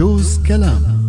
جوز كلام.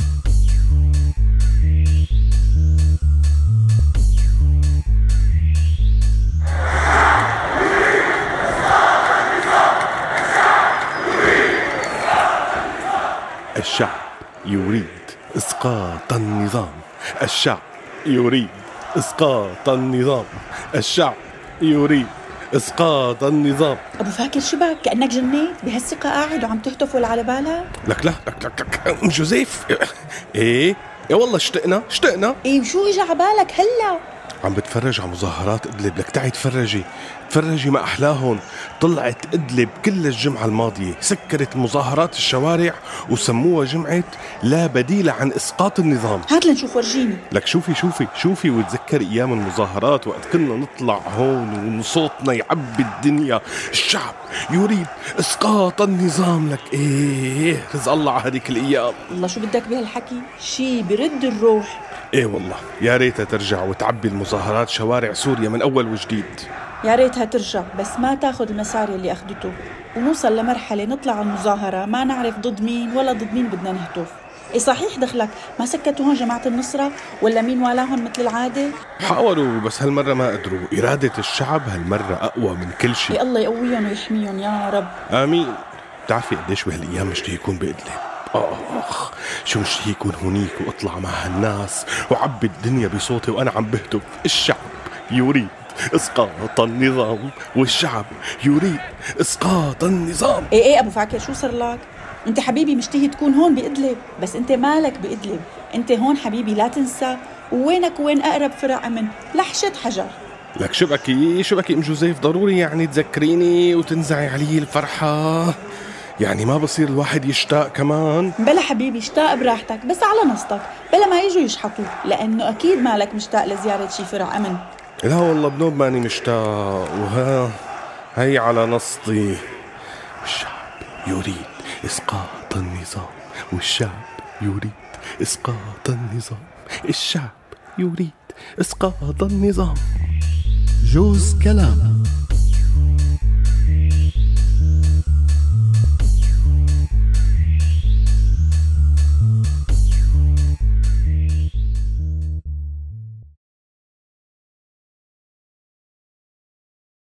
الشعب يريد إسقاط النظام. الشعب يريد إسقاط النظام. الشعب يريد إسقاط النظام. أبو فاكر شبك كأنك جنيت بهالثقة قاعد وعم تهتف ولا على بالك؟ لك جوزيف. ايه يا والله اشتقنا. ايه وشو اجى على بالك هلا؟ عم بتفرج على مظاهرات إدلب. لك تعي تفرجي ما أحلاهن. طلعت إدلب كل الجمعة الماضية، سكرت مظاهرات الشوارع وسموها جمعة لا بديل عن إسقاط النظام. هات لنشوف ورجيني. لك شوفي وتذكر أيام المظاهرات وقت كنا نطلع هون وصوتنا يعبي الدنيا. الشعب يريد إسقاط النظام. لك إيه رزق الله على هذيك الأيام. الله شو بدك بهالحكي؟ شي برد الروح. ايه والله يا ريتها ترجع وتعبي المظاهرات شوارع سوريا من أول وجديد. يا ريتها ترجع بس ما تاخد المسار اللي أخدته، ونوصل لمرحلة نطلع على المظاهرة ما نعرف ضد مين ولا ضد مين بدنا نهتف. ايه صحيح دخلك ما سكتوا هون جماعة النصرة ولا مين والاهم مثل العادة؟ حاولوا بس هالمرة ما قدروا. إرادة الشعب هالمرة أقوى من كل شيء. إيه الله يقويهم ويحميهم يا رب. آمين. بتعرفي قديش بهالأيام مشتهي يكون بإدلب. شو مشتهي يكون هونيك وأطلع مع هالناس وعبي الدنيا بصوتي وأنا عم بهتف. الشعب يريد إسقاط النظام. والشعب يريد إسقاط النظام. ايه أبو فاكر شو صار لك؟ انت حبيبي مشتهي تكون هون بإدلب، بس انت مالك بإدلب، انت هون حبيبي لا تنسى. ووينك وين أقرب فرع أمن لحشة حجر. لك شو بكي أم جوزيف، ضروري يعني تذكريني وتنزعي علي الفرحة. يعني ما بصير الواحد يشتاق كمان؟ بلا حبيبي اشتاق براحتك بس على نصتك، بلا ما يجوا يشحطوك، لأنه أكيد مالك مشتاق لزيارة شي فرع أمن. لا والله بنوب ماني مشتاق، هي على نصتي. الشعب يريد إسقاط النظام. والشعب يريد إسقاط النظام. الشعب يريد إسقاط النظام. جوز كلام.